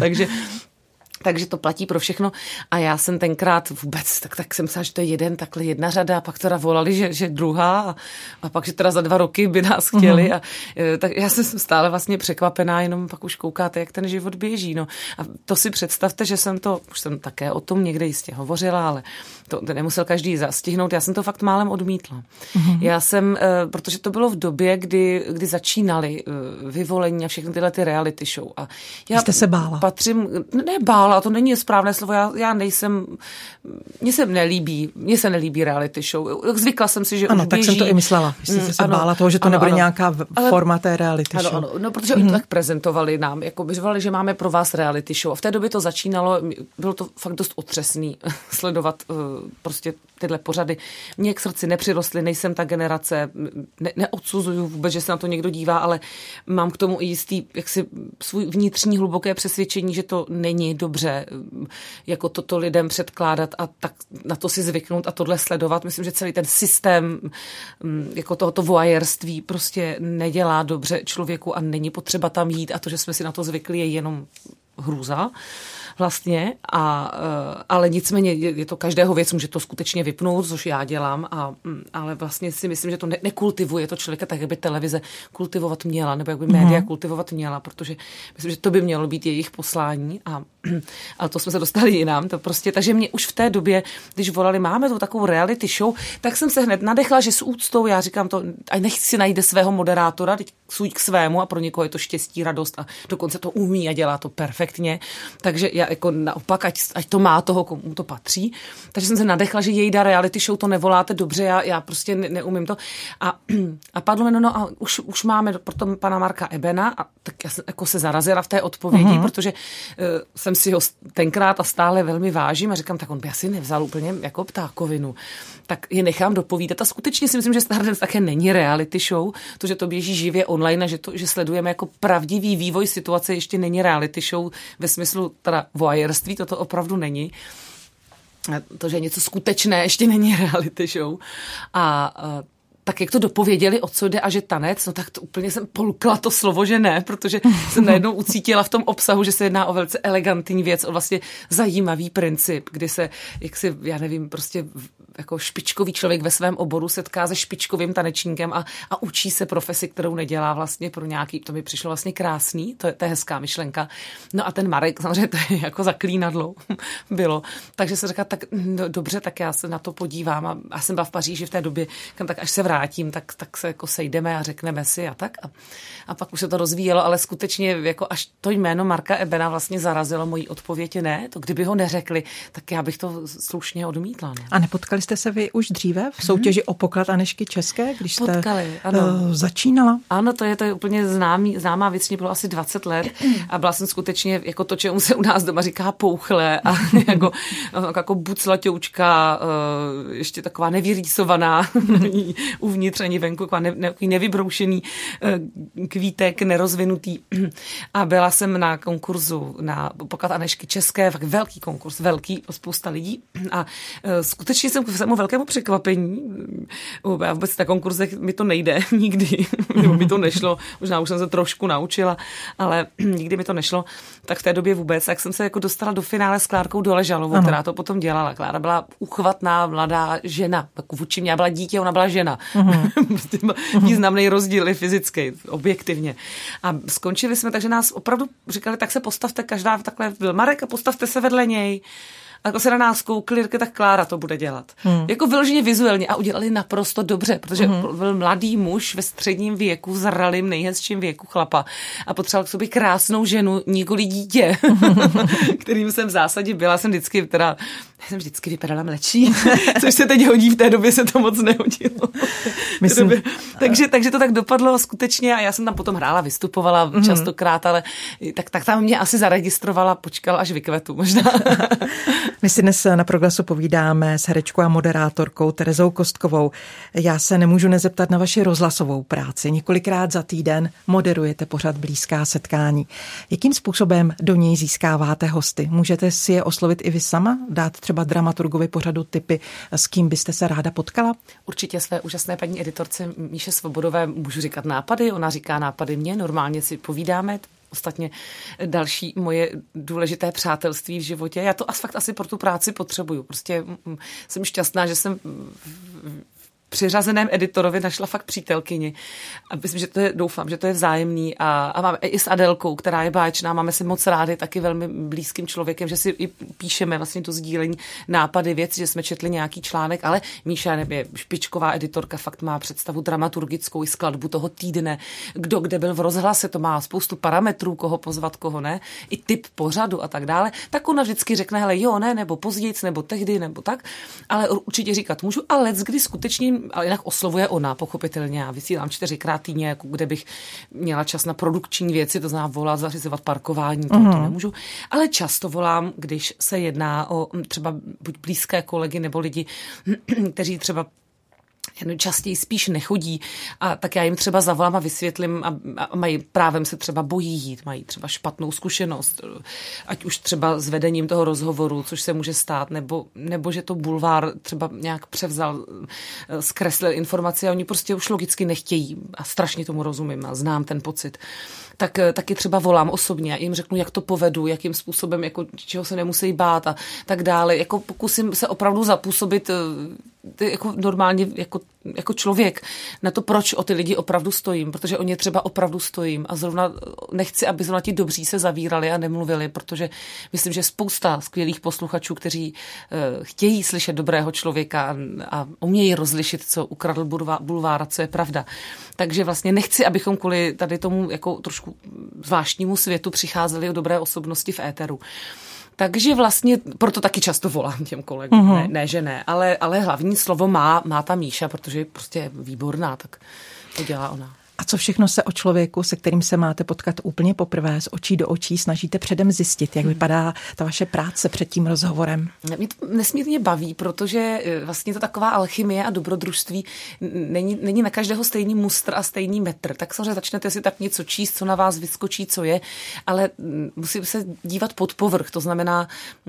takže to platí pro všechno a já jsem tenkrát vůbec, tak jsem myslela, že to je jedna řada a pak teda volali, že druhá a pak, že teda za 2 roky by nás chtěli a tak já jsem stále vlastně překvapená, jenom pak už koukáte, jak ten život běží, no. A to si představte, že už jsem také o tom někde jistě hovořila, ale to nemusel každý zastihnout, já jsem to fakt málem odmítla. Já jsem, protože to bylo v době, kdy začínali Vyvolení a všechny tyhle ty reality show. A já jste se bála? Nebála, to není správné slovo, já nejsem, mně se nelíbí reality show. Zvykla jsem si, že ano, už tak běží. Jsem to i myslela. Jste se bála toho, že to nebude nějaká forma té reality show. Ano, no, protože oni to tak prezentovali nám, jako by říkali, že máme pro vás reality show. A v té době to začínalo, bylo to fakt dost otřesný sledovat prostě tyhle pořady. Mně k srdci nepřirostly, nejsem ta generace, neodsuzuju vůbec, že se na to někdo dívá, ale mám k tomu i jistý jaksi svůj vnitřní hluboké přesvědčení, že to není dobře jako toto lidem předkládat a tak na to si zvyknout a tohle sledovat. Myslím, že celý ten systém jako tohoto voyeurství prostě nedělá dobře člověku a není potřeba tam jít a to, že jsme si na to zvykli, je jenom hrůza. Vlastně, ale nicméně je to každého věc, může to skutečně vypnout, což já dělám, ale vlastně si myslím, že to nekultivuje to člověka tak, jak by televize kultivovat měla, nebo jak by média kultivovat měla, protože myslím, že to by mělo být jejich poslání, ale to jsme se dostali jinam, to prostě, takže mě už v té době, když volali, máme tu takovou reality show, tak jsem se hned nadechla, že s úctou, já říkám to, ať nech si najde svého moderátora, teď suď k svému a pro někoho je to štěstí, radost a dokonce to umí a dělá to perfektně, takže já jako naopak, ať to má toho, komu to patří. Takže jsem se nadechla, že jejda reality show to nevoláte dobře, já prostě neumím to. A padlo mi, no a už máme potom pana Marka Ebena a tak já jsem jako se zarazila v té odpovědi, protože jsem si ho tenkrát a stále velmi vážím a říkám, tak on by asi nevzal úplně jako ptákovinu. Tak je nechám dopovídat a skutečně si myslím, že Stardance také není reality show, to, že to běží živě online a že sledujeme jako pravdivý vývoj situace, ještě není reality show ve smyslu teda voyeurství, toto opravdu není. To, že je něco skutečné, ještě není reality show. tak jak to dopověděli, o co jde a že tanec, no tak to úplně jsem polkla to slovo, že ne, protože jsem najednou ucítila v tom obsahu, že se jedná o velice elegantní věc, o vlastně zajímavý princip, kdy se, jak si, já nevím, prostě jako špičkový člověk ve svém oboru setká se špičkovým tanečníkem a učí se profesi, kterou nedělá vlastně pro nějaký, to mi přišlo vlastně krásný, to je hezká myšlenka. No a ten Marek, samozřejmě to je jako zaklínadlo bylo, takže se říká, tak no, dobře, tak já se na to podívám a já jsem byla v Paříži v té době, tak až se vrátím, tak se jako sejdeme a řekneme si a tak. A pak už se to rozvíjelo, ale skutečně jako až to jméno Marka Ebena vlastně zarazilo mojí odpověď, ne, to kdyby ho neřekli, tak já bych to slušně odmítla. Ne? A nepotkali jste se vy už dříve v soutěži o poklad Anežky České, když jste začínala? Ano, to je úplně známá věc, mě bylo asi 20 let a byla jsem skutečně jako to, čemu se u nás doma říká pouchle a jako buclaťoučka, ještě taková nevyrýsovaná uvnitř ani venku, nevybroušený kvítek, nerozvinutý. A byla jsem na konkurzu na poklad Anežky České, fakt velký konkurs, spousta lidí a skutečně jsem k svému velkému překvapení, já vůbec na konkurzech mi to nejde nikdy, mi to nešlo, možná už jsem se trošku naučila, ale nikdy mi to nešlo, tak v té době vůbec, tak jsem se jako dostala do finále s Klárkou Doležalovou, která to potom dělala. Klára byla uchvatná mladá žena, tak vůči mě, já byla dítě, ona byla žena. Prostě významný rozdíl i fyzický, objektivně. A skončili jsme, takže nás opravdu říkali, tak se postavte, každá takhle byl Marek a postavte se vedle něj. A jako se na nás koukli, tak Klára to bude dělat. Jako vyloženě vizuálně a udělali naprosto dobře, protože byl mladý muž ve středním věku, zralým, nejhezčím věku chlapa a potřeboval k sobě krásnou ženu, nikoli dítě, kterým jsem v zásadě byla. Jsem vždycky vypadala mladší, což se teď hodí, v té době se to moc nehodilo. Takže to tak dopadlo skutečně a já jsem tam potom hrála, vystupovala častokrát, ale tak tam mě asi zaregistrovala, počkala, až vykvetu možná. My si dnes na Proglasu povídáme s herečkou a moderátorkou Terezou Kostkovou. Já se nemůžu nezeptat na vaši rozhlasovou práci. Několikrát za týden moderujete pořad Blízká setkání. Jakým způsobem do něj získáváte hosty? Můžete si je oslovit i vy sama? Dát třeba dramaturgovi pořadu tipy, s kým byste se ráda potkala? Určitě své úžasné paní editorce Míše Svobodové můžu říkat nápady, ona říká nápady mě, normálně si povídáme. Ostatně další moje důležité přátelství v životě. Já to fakt asi pro tu práci potřebuju. Prostě jsem šťastná, že jsem přiřazeném editorovi našla fakt přítelkyni. A myslím, že doufám, že to je vzájemný. A máme i s Adelkou, která je báječná, máme si moc rádi, taky velmi blízkým člověkem, že si i píšeme vlastně to sdílení nápady, věci, že jsme četli nějaký článek, ale Míša je špičková editorka, fakt má představu dramaturgickou i skladbu toho týdne, kdo kde byl v rozhlase, to má spoustu parametrů, koho pozvat, koho ne, i typ pořadu a tak dále. Tak ona vždycky řekne, hele jo, ne, nebo později, nebo tehdy, nebo tak, ale určitě říkat můžu, ale kdy skutečně, ale jinak oslovuje ona, pochopitelně. Já vysílám 4krát týdně, jako kde bych měla čas na produkční věci, to znamená volat, zařizovat parkování, to nemůžu. Ale často volám, když se jedná o třeba buď blízké kolegy nebo lidi, kteří třeba častěji spíš nechodí a tak já jim třeba zavolám a vysvětlím a mají právem se třeba bojí jít, mají třeba špatnou zkušenost, ať už třeba s vedením toho rozhovoru, což se může stát, nebo že to bulvár třeba nějak převzal, zkreslil informace a oni prostě už logicky nechtějí a strašně tomu rozumím a znám ten pocit. Tak taky třeba volám osobně a jim řeknu, jak to povedu, jakým způsobem, jako čeho se nemusí bát a tak dále. Jako pokusím se opravdu zapůsobit jako normálně jako člověk na to, proč o ty lidi opravdu stojím, protože o ně třeba opravdu stojím a zrovna nechci, aby zrovna ti dobří se zavírali a nemluvili, protože myslím, že spousta skvělých posluchačů, kteří chtějí slyšet dobrého člověka a umějí rozlišit, co ukradl bulvár, co je pravda. Takže vlastně nechci, abychom kvůli tady tomu jako trošku zvláštnímu světu přicházeli o dobré osobnosti v éteru. Takže vlastně proto taky často volám těm kolegům. Ne, že ne, ale hlavní slovo má ta Míša, protože je prostě výborná, tak to dělá ona. A co všechno se o člověku, se kterým se máte potkat úplně poprvé, z očí do očí, snažíte předem zjistit, jak vypadá ta vaše práce před tím rozhovorem? Mě to nesmírně baví, protože vlastně to taková alchymie a dobrodružství není na každého stejný mustr a stejný metr. Tak samozřejmě začnete si tak něco číst, co na vás vyskočí, co je, ale musím se dívat pod povrch. To znamená,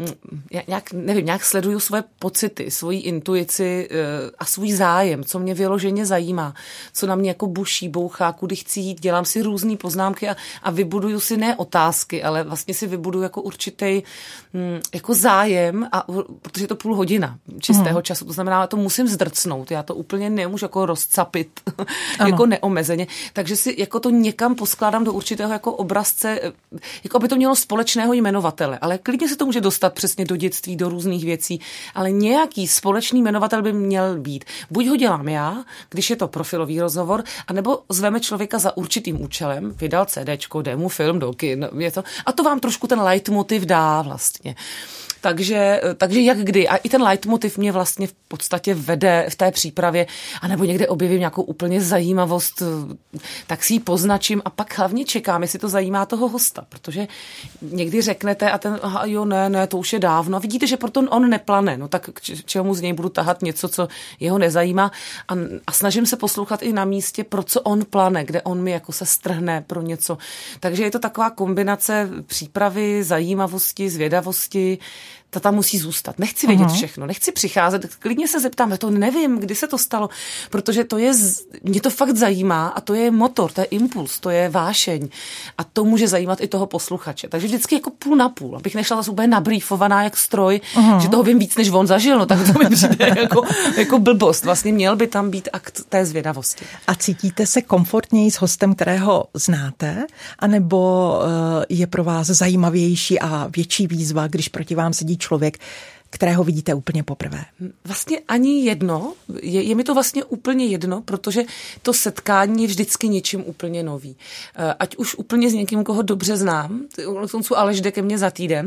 nějak sleduju svoje pocity, svoji intuici a svůj zájem, co mě vyloženě zajímá, co na mě jako buší, bouchá, kudy chci jít, dělám si různý poznámky a vybuduju si ne otázky, ale vlastně si vybuduju jako určitý jako zájem, protože je to půl hodina čistého času, to znamená, to musím zdrcnout, já to úplně nemůžu jako rozcapit jako neomezeně, takže si jako to někam poskládám do určitého jako obrazce, jako aby to mělo společného jmenovatele, ale klidně se to může dostat přesně do dětství, do různých věcí, ale nějaký společný jmenovatel by měl být. Buď ho dělám já, když je to profilový rozhovor, anebo zveme člověka za určitým účelem, vydal CDčko, jde mu film do kin, a to vám trošku ten leitmotiv dá vlastně. Takže jak kdy. A i ten leitmotiv mě vlastně v podstatě vede v té přípravě, anebo někde objevím nějakou úplně zajímavost, tak si ji poznačím a pak hlavně čekám, jestli to zajímá toho hosta, protože někdy řeknete a ten, aha, jo, ne, to už je dávno. A vidíte, že proto on neplane, no tak čemu z něj budu tahat něco, co jeho nezajímá a snažím se poslouchat i na místě, pro co on plane, kde on mi jako se strhne pro něco. Takže je to taková kombinace přípravy, zajímavosti, zvědavosti. Ta tam musí zůstat. Nechci vědět všechno, nechci přicházet, klidně se zeptám, já to nevím, kdy se to stalo, protože mě to fakt zajímá a to je motor, to je impuls, to je vášeň a to může zajímat i toho posluchače. Takže vždycky jako půl na půl, abych nešla zase úplně nabrýfovaná jak stroj, že toho vím víc, než on zažil, no tak to mi přijde jako blbost. Vlastně měl by tam být akt té zvědavosti. A cítíte se komfortněji s hostem, kterého znáte, anebo je pro vás zajímavější a větší výzva, když proti vám sedí člověk, kterého vidíte úplně poprvé? Vlastně ani jedno. Je mi to vlastně úplně jedno, protože to setkání je vždycky něčím úplně nový. Ať už úplně s někým, koho dobře znám. Aleš jde ke mně za týden.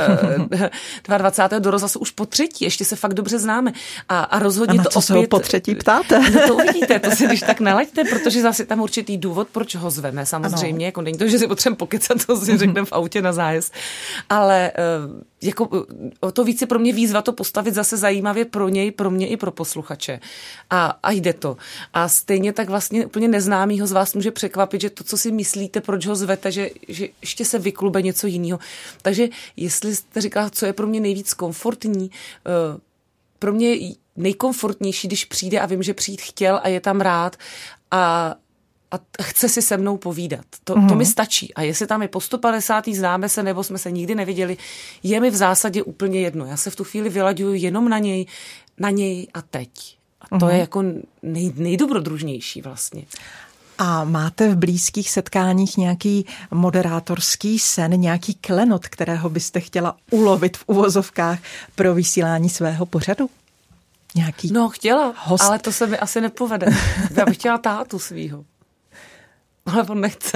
22. do rozhlasu už po třetí. Ještě se fakt dobře známe. A rozhodně a to opět... A co se ho po třetí ptáte? No to uvidíte, to si když tak nalaďte, protože zase tam určitý důvod, proč ho zveme. Samozřejmě, jako není to, že si potřebujeme pokecat, to si řekneme v autě na zájezd. Ale jako o to více pro mě výzva to postavit zase zajímavě pro něj, pro mě i pro posluchače. A jde to. A stejně tak vlastně úplně neznámýho z vás může překvapit, že to, co si myslíte, proč ho zvete, že ještě se vyklube něco jiného. Takže jestli jste říkala, co je pro mě nejvíc komfortní, pro mě nejkomfortnější, když přijde a vím, že přijít chtěl a je tam rád a chce si se mnou povídat. To mi stačí. A jestli tam je po 150. známe se, nebo jsme se nikdy neviděli, je mi v zásadě úplně jedno. Já se v tu chvíli vylaďuju jenom na něj a teď. A to je jako nejdobrodružnější vlastně. A máte v blízkých setkáních nějaký moderátorský sen, nějaký klenot, kterého byste chtěla ulovit v uvozovkách pro vysílání svého pořadu? Nějaký chtěla, host? Ale to se mi asi nepovede. Já bych chtěla tátu svýho. Ale on nechce.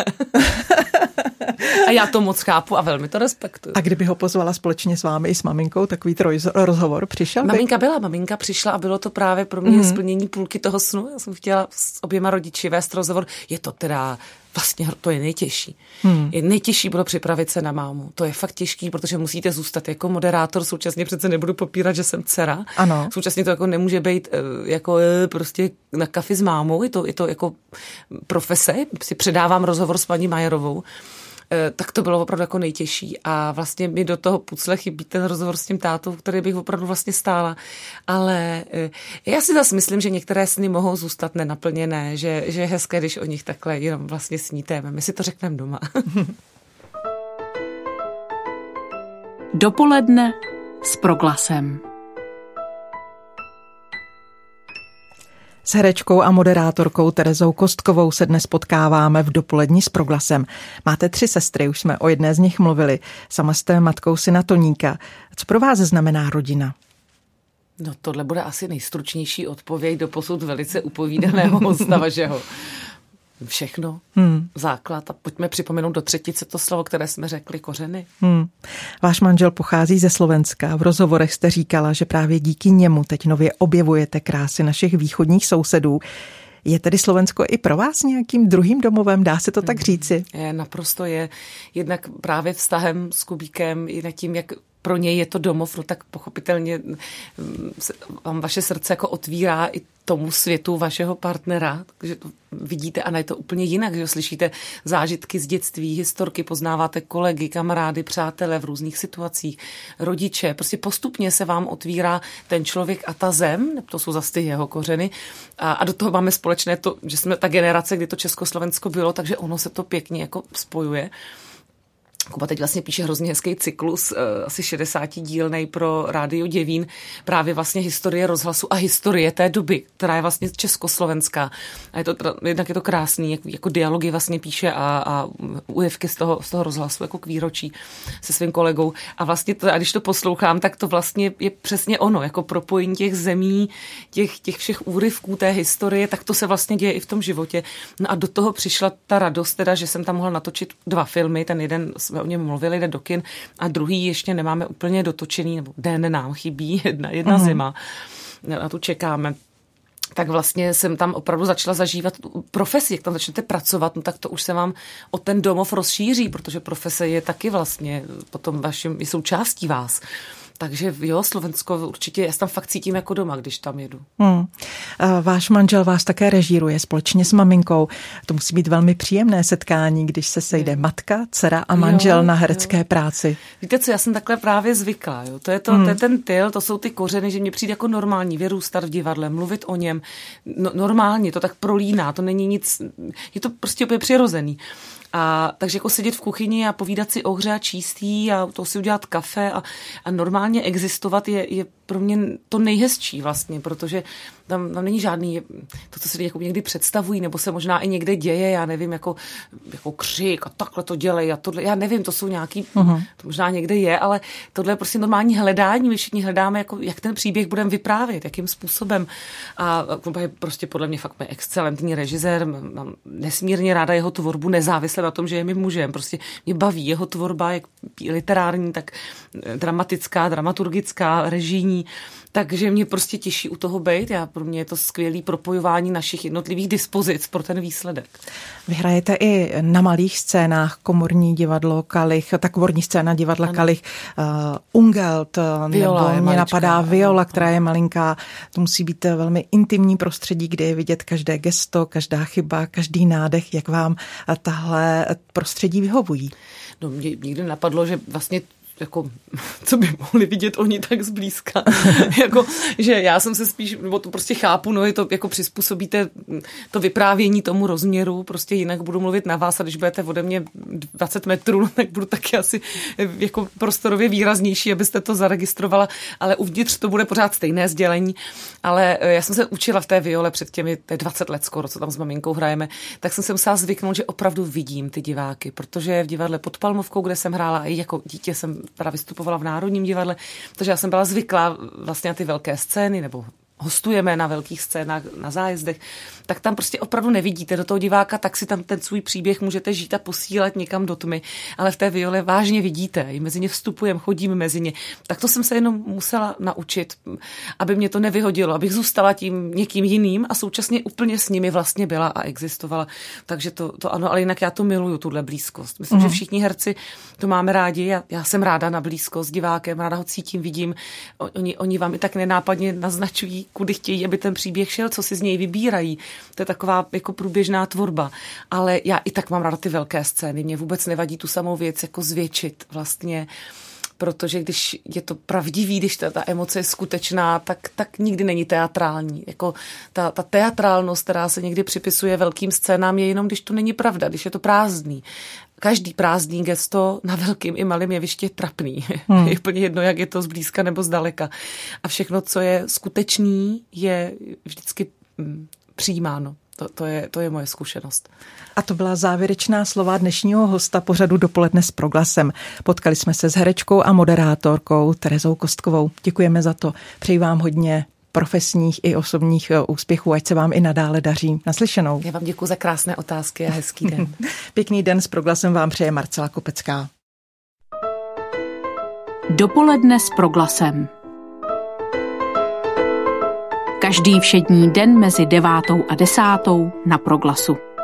A já to moc chápu a velmi to respektuju. A kdyby ho pozvala společně s vámi i s maminkou, takový rozhovor přišel? Maminka přišla a bylo to právě pro mě splnění půlky toho snu. Já jsem chtěla s oběma rodiči vést rozhovor. Je to teda vlastně, to je nejtěžší. Je nejtěžší bylo připravit se na mámu. To je fakt těžký, protože musíte zůstat jako moderátor, současně přece nebudu popírat, že jsem dcera. Ano. Současně to jako nemůže být jako prostě na kafi s mámou, je to jako profese, si předávám rozhovor s paní Majerovou. Tak to bylo opravdu jako nejtěžší a vlastně mi do toho pucle chybí ten rozhovor s tím tátou, který bych opravdu vlastně stála. Ale já si zase myslím, že některé sny mohou zůstat nenaplněné, že je hezké, když o nich takhle jenom vlastně sníte. My si to řekneme doma. Dopoledne s Proglasem. S herečkou a moderátorkou Terezou Kostkovou se dnes potkáváme v Dopoledni s Proglasem. Máte 3 sestry, už jsme o jedné z nich mluvili. Sama jste matkou syna Toníka. Co pro vás znamená rodina? No tohle bude asi nejstručnější odpověď do posud velice upovídaného hosta vašeho. Všechno, základ. A pojďme připomenout do třetice to slovo, které jsme řekli, kořeny. Váš manžel pochází ze Slovenska. V rozhovorech jste říkala, že právě díky němu teď nově objevujete krásy našich východních sousedů. Je tedy Slovensko i pro vás nějakým druhým domovem, dá se to tak říci? Naprosto je. Jednak právě vztahem s Kubíkem, i nad tím, jak pro něj je to domov, no tak pochopitelně vám vaše srdce jako otvírá i tomu světu vašeho partnera, takže to vidíte a je to úplně jinak, že slyšíte zážitky z dětství, historky, poznáváte kolegy, kamarády, přátele v různých situacích, rodiče, prostě postupně se vám otvírá ten člověk a ta zem, to jsou zase ty jeho kořeny a do toho máme společné to, že jsme ta generace, kdy to Československo bylo, takže ono se to pěkně jako spojuje. Kuba teď vlastně píše hrozně hezký cyklus, asi 60dílnej pro Rádio Děvín, právě vlastně historie rozhlasu a historie té doby, která je vlastně československá. A jednak je to krásný, jako dialogy vlastně píše a újevky z toho rozhlasu, jako k výročí se svým kolegou. A vlastně a když to poslouchám, tak to vlastně je přesně ono, jako propojení těch zemí, těch všech úryvků té historie, tak to se vlastně děje i v tom životě. No a do toho přišla ta radost, teda, že jsem tam mohla natočit 2 filmy, ten jeden jsme o něm mluvili, jde do kin a druhý ještě nemáme úplně dotočený, nebo den nám chybí, jedna zima. Na tu čekáme. Tak vlastně jsem tam opravdu začala zažívat profesi, jak tam začnete pracovat, no tak to už se vám o ten domov rozšíří, protože profese je taky vlastně potom vaším, je součástí vás. Takže jo, Slovensko určitě, já se tam fakt cítím jako doma, když tam jedu. Váš manžel vás také režíruje společně s maminkou. To musí být velmi příjemné setkání, když se sejde matka, dcera a manžel na herecké práci. Víte co, já jsem takhle právě zvykla. Jo? To je ten tyl, to jsou ty kořeny, že mě přijde jako normální vyrůstat v divadle, mluvit o něm. Normálně, to tak prolíná, to není nic, je to prostě úplně přirozený. A takže jako sedět v kuchyni a povídat si o hře a číst jí a to si udělat kafe a normálně existovat je pro mě to nejhezčí vlastně, protože tam není žádný, to, co si jako někdy představují, nebo se možná i někde děje, já nevím, jako křik a takhle to dělej a tohle, já nevím, to jsou nějaký, to možná někde je, ale tohle je prostě normální hledání, my všichni hledáme, jako, jak ten příběh budeme vyprávět, jakým způsobem. A Kuba je prostě podle mě fakt excelentní režisér, mám nesmírně ráda jeho tvorbu, nezávisle na tom, že je mým mužem, prostě mě baví jeho tvorba, jak literární, tak dramatická, dramaturgická, režijní, takže mě prostě těší u toho být. Pro mě je to skvělý propojování našich jednotlivých dispozic pro ten výsledek. Vy hrajete i na malých scénách, Komorní divadlo Kalich, ta komorní scéna divadla Kalich, Ungelt, Viola, nebo mě napadá Viola, která je malinká. To musí být velmi intimní prostředí, kde je vidět každé gesto, každá chyba, každý nádech. Jak vám tahle prostředí vyhovují? No, mě nikdy napadlo, že vlastně jako, co by mohli vidět oni tak zblízka. Jako, že já jsem se spíš, nebo to prostě chápu, no je to jako přizpůsobíte to vyprávění tomu rozměru, prostě jinak budu mluvit na vás a když budete ode mě 20 metrů, tak budu taky asi jako prostorově výraznější, abyste to zaregistrovala, ale uvnitř to bude pořád stejné sdělení, ale já jsem se učila v té Viole před těmi 20 let skoro, co tam s maminkou hrajeme, tak jsem se musela zvyknout, že opravdu vidím ty diváky, protože v divadle Pod Palmovkou, kde jsem hrála i jako dítě jsem vystupovala v Národním divadle, protože já jsem byla zvyklá vlastně na ty velké scény, nebo hostujeme na velkých scénách, na zájezdech, tak tam prostě opravdu nevidíte do toho diváka, tak si tam ten svůj příběh můžete žít a posílat někam do tmy, ale v té Viole vážně vidíte, i mezi ně vstupujeme, chodíme mezi ně. Tak to jsem se jenom musela naučit, aby mě to nevyhodilo, abych zůstala tím někým jiným a současně úplně s nimi vlastně byla a existovala. Takže to ano, ale jinak já to miluju, tuhle blízkost. Myslím, že všichni herci to máme rádi, já jsem ráda na blízkost s divákem, ráda ho cítím, vidím, oni vám i tak nenápadně naznačují, kudy chtějí, aby ten příběh šel, co si z něj vybírají. To je taková jako průběžná tvorba. Ale já i tak mám ráda ty velké scény. Mě vůbec nevadí tu samou věc jako zvětšit vlastně, protože když je to pravdivý, když ta emoce je skutečná, tak nikdy není teatrální. Jako ta teatrálnost, která se někdy připisuje velkým scénám, je jenom, když to není pravda, když je to prázdný. Každý prázdný gesto na velkým i malým jevišti je trapný. Je úplně jedno, jak je to zblízka nebo zdaleka. A všechno, co je skutečný, je vždycky přijímáno. To je moje zkušenost. A to byla závěrečná slova dnešního hosta pořadu Dopoledne s Proglasem. Potkali jsme se s herečkou a moderátorkou Terezou Kostkovou. Děkujeme za to. Přeji vám hodně profesních i osobních úspěchů, ať se vám i nadále daří. Naslyšenou. Já vám děkuji za krásné otázky a hezký den. Pěkný den s Proglasem vám přeje Marcela Kopecká. Dopoledne s Proglasem. Každý všední den mezi 9. a 10. na Proglasu.